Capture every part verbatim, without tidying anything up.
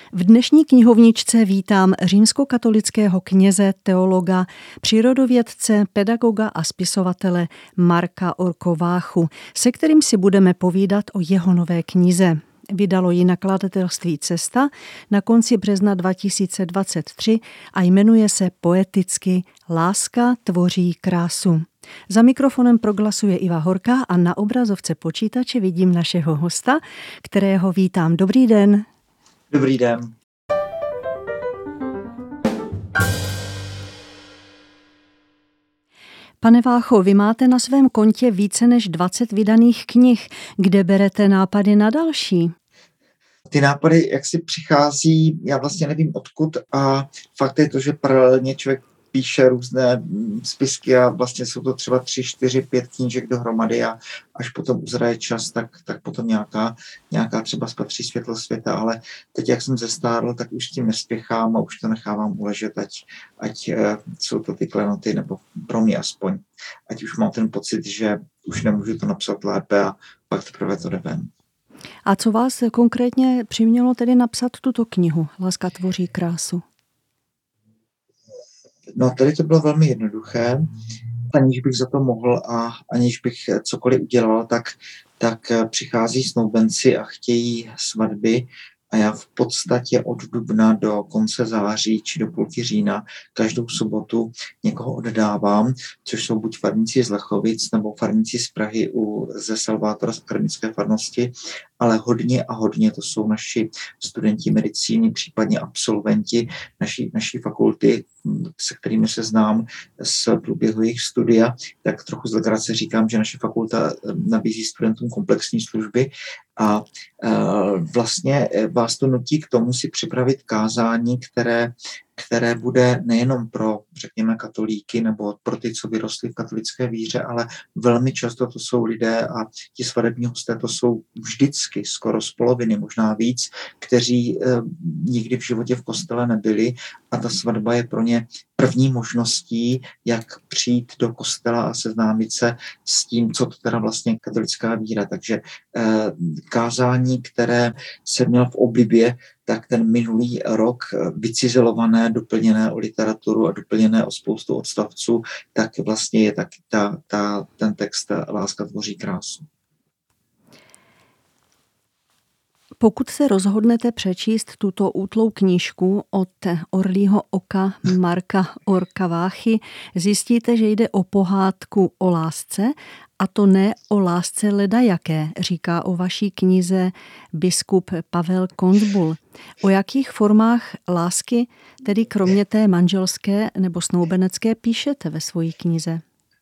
V dnešní knihovničce vítám římskokatolického kněze, teologa, přírodovědce, pedagoga a spisovatele Marka Orka-Váchu, se kterým si budeme povídat o jeho nové knize. Vydalo ji nakladatelství Cesta na konci března dva tisíce dvacet tři a jmenuje se poeticky Láska tvoří krásu. Za mikrofonem proglasuje Iva Horká a na obrazovce počítače vidím našeho hosta, kterého vítám. Dobrý den. Dobrý den. Pane Vácho, vy máte na svém kontě více než dvacet vydaných knih. Kde berete nápady na další? Ty nápady jak si přichází, já vlastně nevím odkud, a fakt je to, že paralelně člověk píše různé spisky a vlastně jsou to třeba tři, čtyři, pět knížek dohromady a až potom uzraje čas, tak, tak potom nějaká, nějaká třeba spatří světlo světa, ale teď, jak jsem zestárl, tak už s tím nespěchám a už to nechávám uležet, ať, ať jsou to ty klenoty, nebo pro mě aspoň, ať už mám ten pocit, že už nemůžu to napsat lépe a pak teprve to jde ven. A co vás konkrétně přimělo tedy napsat tuto knihu Láska tvoří krásu? No, tady to bylo velmi jednoduché. Aniž bych za to mohl a aniž bych cokoliv udělal, tak, tak přichází snoubenci a chtějí svatby. A já v podstatě od dubna do konce září či do půlky října každou sobotu někoho oddávám, což jsou buď farníci z Lechovic nebo farníci z Prahy u, ze Salvátora z akademické farnosti, ale hodně a hodně to jsou naši studenti medicíny, případně absolventi naší, naší fakulty, se kterými se znám z průběhu jejich studia. Tak trochu z legrace říkám, že naše fakulta nabízí studentům komplexní služby a e, vlastně vás to nutí k tomu si připravit kázání, které, které bude nejenom pro, řekněme, katolíky nebo pro ty, co vyrostli v katolické víře, ale velmi často to jsou lidé a ti svatební hosté, to jsou vždycky skoro z poloviny, možná víc, kteří e, nikdy v životě v kostele nebyli a ta svatba je pro ně první možností, jak přijít do kostela a seznámit se s tím, co to teda vlastně katolická víra. Takže eh, kázání, které jsem měl v oblibě, tak ten minulý rok vycizelované, doplněné o literaturu a doplněné o spoustu odstavců, tak vlastně je taky ta, ta, ten text Láska tvoří krásu. Pokud se rozhodnete přečíst tuto útlou knížku od Orlího oka Marka Orka-Váchy, zjistíte, že jde o pohádku o lásce, a to ne o lásce ledajaké, říká o vaší knize biskup Pavel Konzbul. O jakých formách lásky, tedy kromě té manželské nebo snoubenecké, píšete ve své knize?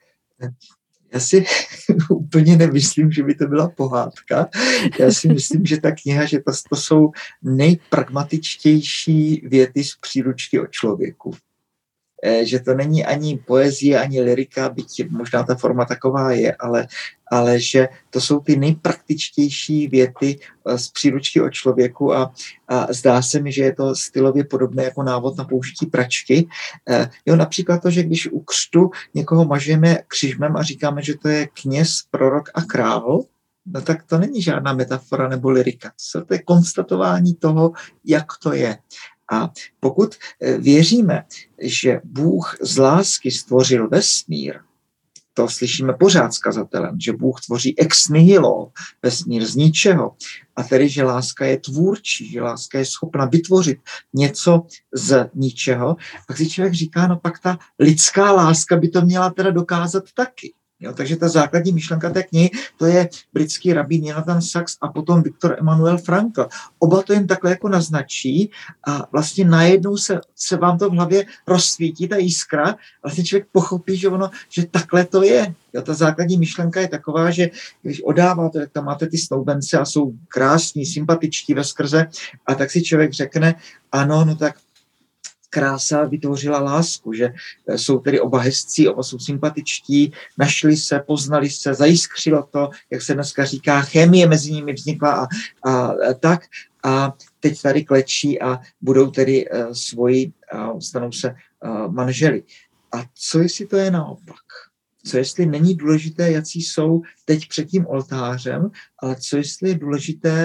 Já si úplně nemyslím, že by to byla pohádka. Já si myslím, že ta kniha, že to, to jsou nejpragmatičtější věty z příručky o člověku. Že to není ani poezie, ani lyrika, byť možná ta forma taková je, ale, ale že to jsou ty nejpraktičtější věty z příručky o člověku a, a zdá se mi, že je to stylově podobné jako návod na použití pračky. Jo, například to, že když u křtu někoho mažeme křižmem a říkáme, že to je kněz, prorok a král, no tak to není žádná metafora nebo lyrika. To je konstatování toho, jak to je. A pokud věříme, že Bůh z lásky stvořil vesmír, to slyšíme pořád s kazatelem, že Bůh tvoří ex nihilo, vesmír z ničeho, a tedy, že láska je tvůrčí, že láska je schopna vytvořit něco z ničeho, pak si člověk říká, no pak ta lidská láska by to měla teda dokázat taky. Jo, takže ta základní myšlenka té knihy, to je britský rabín Jonathan Sacks a potom Viktor Emanuel Frankl. Oba to jen takhle jako naznačí a vlastně najednou se, se vám to v hlavě rozsvítí, ta jiskra, vlastně člověk pochopí, že ono, že takhle to je. Jo, ta základní myšlenka je taková, že když odáváte, tak tam máte ty snoubence a jsou krásní, sympatičtí veskrze, a tak si člověk řekne, ano, no tak krása vytvořila lásku, že jsou tedy oba hezcí, oba jsou sympatičtí, našli se, poznali se, zajiskřilo to, jak se dneska říká, chemie mezi nimi vznikla a, a, a tak. A teď tady klečí a budou tedy uh, svoji, uh, stanou se uh, manželi. A co jestli to je naopak? Co jestli není důležité, jací jsou teď před tím oltářem, ale co jestli je důležité,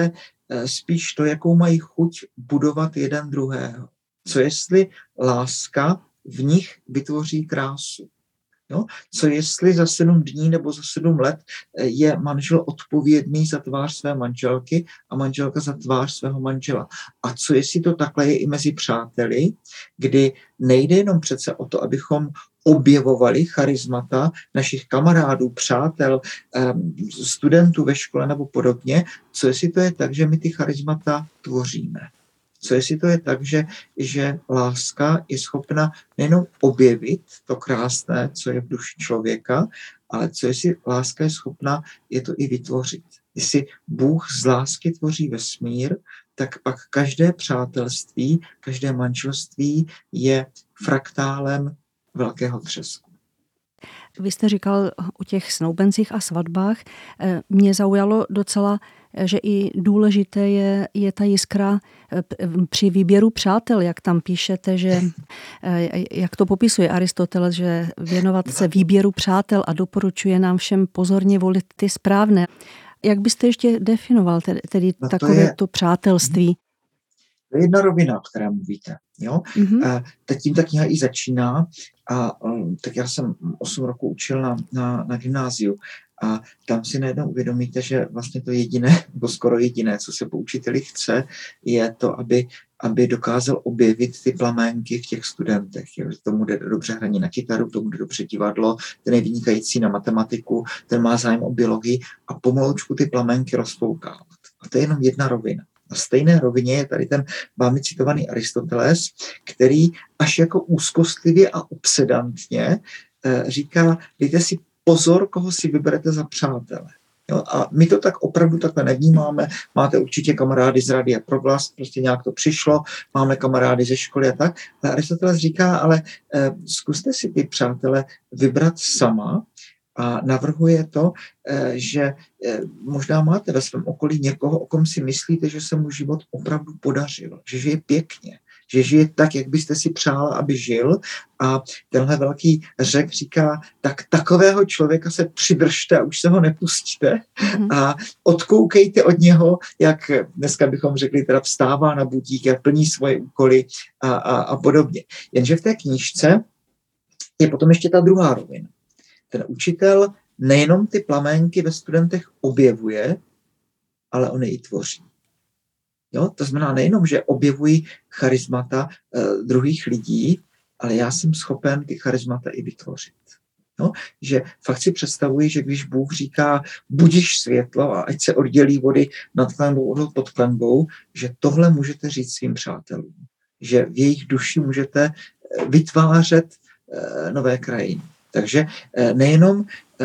spíš to, jakou mají chuť budovat jeden druhého. Co jestli láska v nich vytvoří krásu. Jo? Co jestli za sedm dní nebo za sedm let je manžel odpovědný za tvář své manželky a manželka za tvář svého manžela. A co jestli to takhle je i mezi přáteli, kdy nejde jenom přece o to, abychom objevovali charismata našich kamarádů, přátel, studentů ve škole nebo podobně. Co jestli to je tak, že my ty charismata tvoříme. Co jestli to je tak, že, že láska je schopna nejenom objevit to krásné, co je v duši člověka, ale co jestli láska je schopna je to i vytvořit. Jestli Bůh z lásky tvoří vesmír, tak pak každé přátelství, každé manželství je fraktálem velkého třesku. Vy jste říkal o těch snoubencích a svatbách. Mě zaujalo docela, že i důležité je, je ta jiskra při výběru přátel, jak tam píšete, že jak to popisuje Aristoteles, že věnovat se výběru přátel a doporučuje nám všem pozorně volit ty správné. Jak byste ještě definoval tedy, tedy no to takové je... to přátelství? To je jedna rovina, o které mluvíte. Jo? Mm-hmm. A teď tím ta kniha i začíná. A tak já jsem osm roků učil na, na, na gymnáziu a tam si najednou uvědomíte, že vlastně to jediné, nebo skoro jediné, co se po učiteli chce, je to, aby, aby dokázal objevit ty plaménky v těch studentech. Jo? Tomu jde dobře hraní na kytaru, tomu jde dobře divadlo, ten je vynikající na matematiku, ten má zájem o biologii a pomaloučku ty plaménky rozfoukávat. A to je jenom jedna rovina. Na stejné rovině je tady ten vámi citovaný Aristoteles, který až jako úzkostlivě a obsedantně eh, říká, dejte si pozor, koho si vyberete za přátele. Jo, a my to tak opravdu takhle nevnímáme. Máte určitě kamarády z Radia Proglas, prostě nějak to přišlo, máme kamarády ze školy a tak. Ale Aristoteles říká, ale eh, zkuste si ty přátele vybrat sama, a navrhuje to, že možná máte ve svém okolí někoho, o kom si myslíte, že se mu život opravdu podařil, že žije pěkně, že žije tak, jak byste si přála, aby žil. A tenhle velký Řek říká, tak takového člověka se přidržte a už se ho nepustíte a odkoukejte od něho, jak dneska bychom řekli, teda vstává na budík, jak plní svoje úkoly a, a, a podobně. Jenže v té knížce je potom ještě ta druhá rovina. Ten učitel nejenom ty plaménky ve studentech objevuje, ale on je i tvoří. Jo? To znamená nejenom, že objevují charismata eh, druhých lidí, ale já jsem schopen ty charismata i vytvořit. Jo? Že fakt si představuji, že když Bůh říká budiš světlo a ať se oddělí vody nad klenbou od pod klenbou, že tohle můžete říct svým přátelům. Že v jejich duši můžete vytvářet eh, nové krajiny. Takže nejenom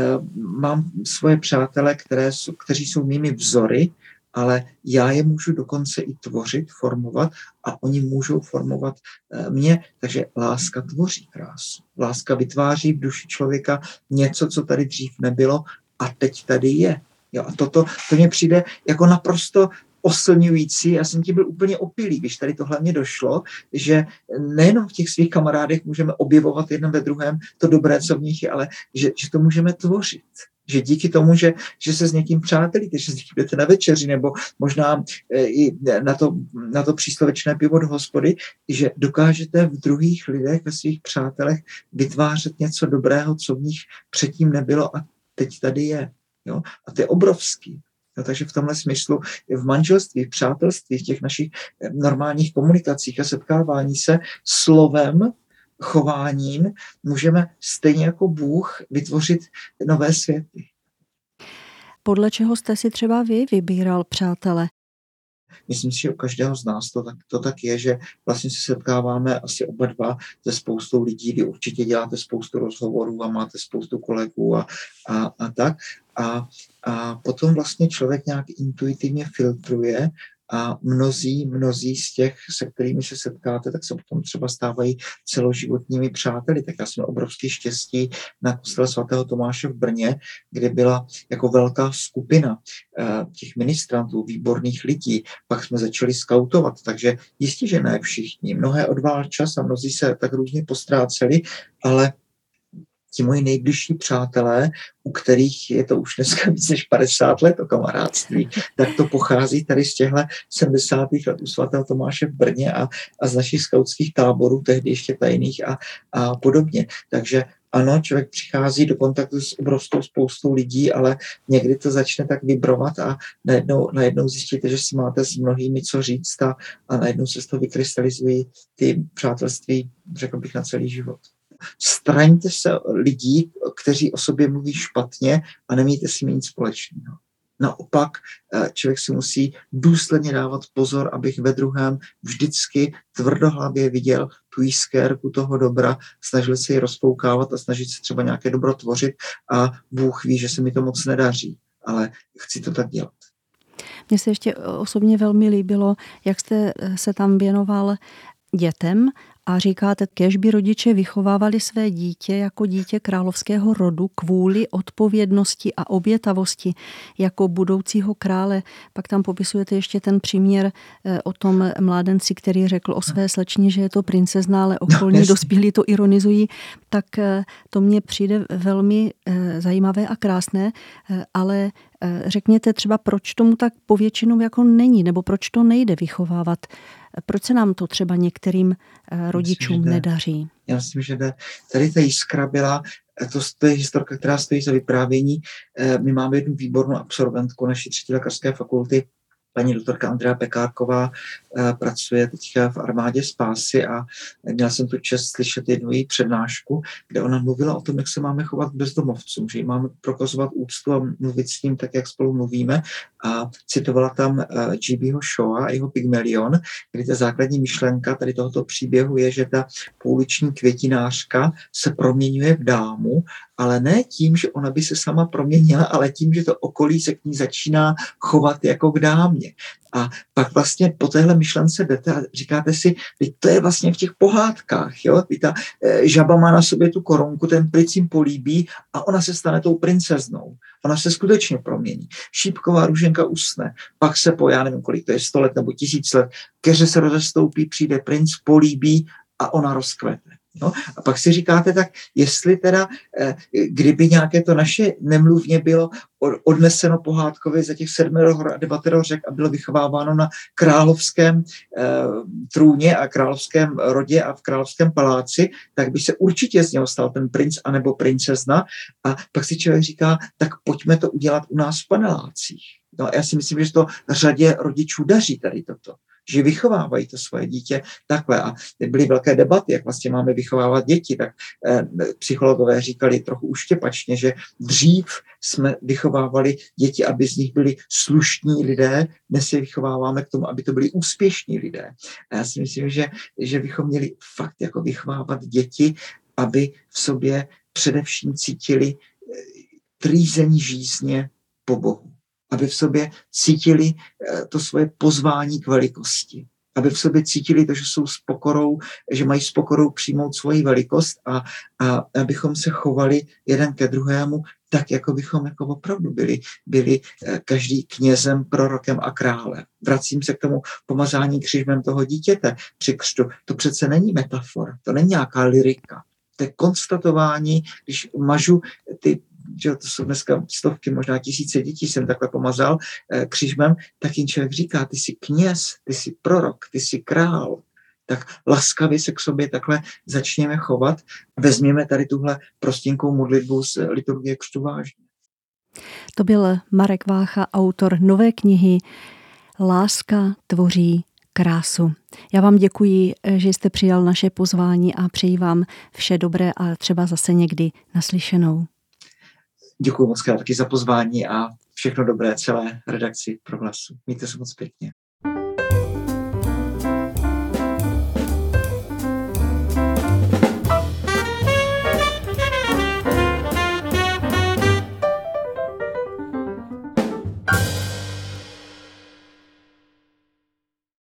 mám svoje přátele, které jsou, kteří jsou mými vzory, ale já je můžu dokonce i tvořit, formovat a oni můžou formovat mě. Takže láska tvoří krásu. Láska vytváří v duši člověka něco, co tady dřív nebylo a teď tady je. Jo, a toto to mně přijde jako naprosto oslňující. Já jsem ti byl úplně opilý, když tady tohle mě došlo, že nejenom v těch svých kamarádech můžeme objevovat jeden ve druhém to dobré, co v nich je, ale že, že to můžeme tvořit. Že díky tomu, že, že se s někým přátelíte, že se jdete na večeři nebo možná i na to, na to příslovečné pivo do hospody, že dokážete v druhých lidech, ve svých přátelech vytvářet něco dobrého, co v nich předtím nebylo a teď tady je. Jo? A to je obrovský. No, takže v tomhle smyslu v manželství, v přátelství, v těch našich normálních komunikacích a setkávání se slovem, chováním můžeme stejně jako Bůh vytvořit nové světy. Podle čeho jste si třeba vy vybíral přátele? Myslím si, že u každého z nás to tak, to tak je, že vlastně se setkáváme asi oba dva se spoustou lidí. Vy určitě děláte spoustu rozhovorů a máte spoustu kolegů a, a, a tak. A, a potom vlastně člověk nějak intuitivně filtruje a mnozí, mnozí z těch, se kterými se setkáte, tak se potom třeba stávají celoživotními přáteli. Tak já jsem obrovský štěstí na kostele svatého Tomáše v Brně, kde byla jako velká skupina těch ministrantů, výborných lidí. Pak jsme začali skautovat, takže jistě, že ne všichni. Mnohé odvál čas a mnozí se tak různě postráceli, ale ti moji nejbližší přátelé, u kterých je to už dneska víc než padesát let o kamarádství, tak to pochází tady z těchto sedmdesátých let u svatého Tomáše v Brně a, a z našich skautských táborů, tehdy ještě tajných a, a podobně. Takže ano, člověk přichází do kontaktu s obrovskou spoustou lidí, ale někdy to začne tak vibrovat a najednou, najednou zjistíte, že si máte s mnohými co říct a, a najednou se z toho vykrystalizují ty přátelství, řekl bych, na celý život. Straňte se lidí, kteří o sobě mluví špatně a nemějte s nimi nic společného. Naopak člověk si musí důsledně dávat pozor, abych ve druhém vždycky tvrdohlavě viděl tu jiskérku toho dobra, snažil se ji rozpoukávat a snažit se třeba nějaké dobro tvořit a Bůh ví, že se mi to moc nedaří, ale chci to tak dělat. Mně se ještě osobně velmi líbilo, jak jste se tam věnoval dětem a říkáte, kéž by rodiče vychovávali své dítě jako dítě královského rodu kvůli odpovědnosti a obětavosti jako budoucího krále. Pak tam popisujete ještě ten příměr o tom mládenci, který řekl o své slečně, že je to princezna, ale okolní no, dospělí to ironizují. Tak to mně přijde velmi zajímavé a krásné, ale řekněte třeba, proč tomu tak povětšinou jako není, nebo proč to nejde vychovávat. Proč se nám to třeba některým rodičům myslím, nedaří? Já myslím, že jde. Tady ta jiskra byla, to, to je historka, která stojí za vyprávění. My máme jednu výbornou absolventku naší třetí lékařské fakulty, paní doktorka Andrea Pekárková, pracuje teďka v armádě spásy a měla jsem tu čest slyšet jednu její přednášku, kde ona mluvila o tom, jak se máme chovat k bezdomovcům, že jim máme prokazovat úctu a mluvit s ním tak, jak spolu mluvíme. A citovala tam G B ho Shawa a jeho Pygmalion, kdy ta základní myšlenka tady tohoto příběhu je, že ta pouliční květinářka se proměňuje v dámu, ale ne tím, že ona by se sama proměnila, ale tím, že to okolí se k ní začíná chovat jako k dámě. A pak vlastně po téhle myšlence jdete a říkáte si, to je vlastně v těch pohádkách, jo? Ta e, žaba má na sobě tu korunku, ten princ jim políbí a ona se stane tou princeznou. Ona se skutečně promění. Šípková růženka usne, pak se po, já nevím kolik to je, sto let nebo tisíc let, keře se rozestoupí, přijde princ, políbí a ona rozkvete. No, a pak si říkáte, tak jestli teda, eh, kdyby nějaké to naše nemluvně bylo odneseno pohádkově za těch sedmero hor a devatero řek a bylo vychováváno na královském eh, trůně a královském rodě a v královském paláci, tak by se určitě z něho stal ten princ anebo princezna a pak si člověk říká, tak pojďme to udělat u nás v panelácích. No a já si myslím, že to řadě rodičů daří tady toto, že vychovávají to svoje dítě takhle. A byly velké debaty, jak vlastně máme vychovávat děti, tak eh, psychologové říkali trochu uštěpačně, že dřív jsme vychovávali děti, aby z nich byli slušní lidé, dnes je vychováváme k tomu, aby to byli úspěšní lidé. A já si myslím, že, že bychom měli fakt jako vychovávat děti, aby v sobě především cítili trýzení žízně po Bohu. Aby v sobě cítili to svoje pozvání k velikosti. Aby v sobě cítili to, že jsou s pokorou, že mají s pokorou přijmout svoji velikost a, a abychom se chovali jeden ke druhému tak, jako bychom jako opravdu byli, byli každý knězem, prorokem a králem. Vracím se k tomu pomazání křižmem toho dítěte při křtu. To přece není metafora, to není nějaká lyrika. To je konstatování, když mažu ty že to jsou dneska stovky, možná tisíce dětí jsem takhle pomazal eh, křižmem, tak jim člověk říká, ty jsi kněz, ty jsi prorok, ty jsi král. Tak laskavě se k sobě takhle začněme chovat. Vezměme tady tuhle prostinkou modlitbu z liturgie křtu vážně. To byl Marek Vácha, autor nové knihy Láska tvoří krásu. Já vám děkuji, že jste přijal naše pozvání a přeji vám vše dobré a třeba zase někdy naslyšenou. Děkuji moc krát taky za pozvání a všechno dobré celé redakci Prohlasu. Mějte se moc pěkně.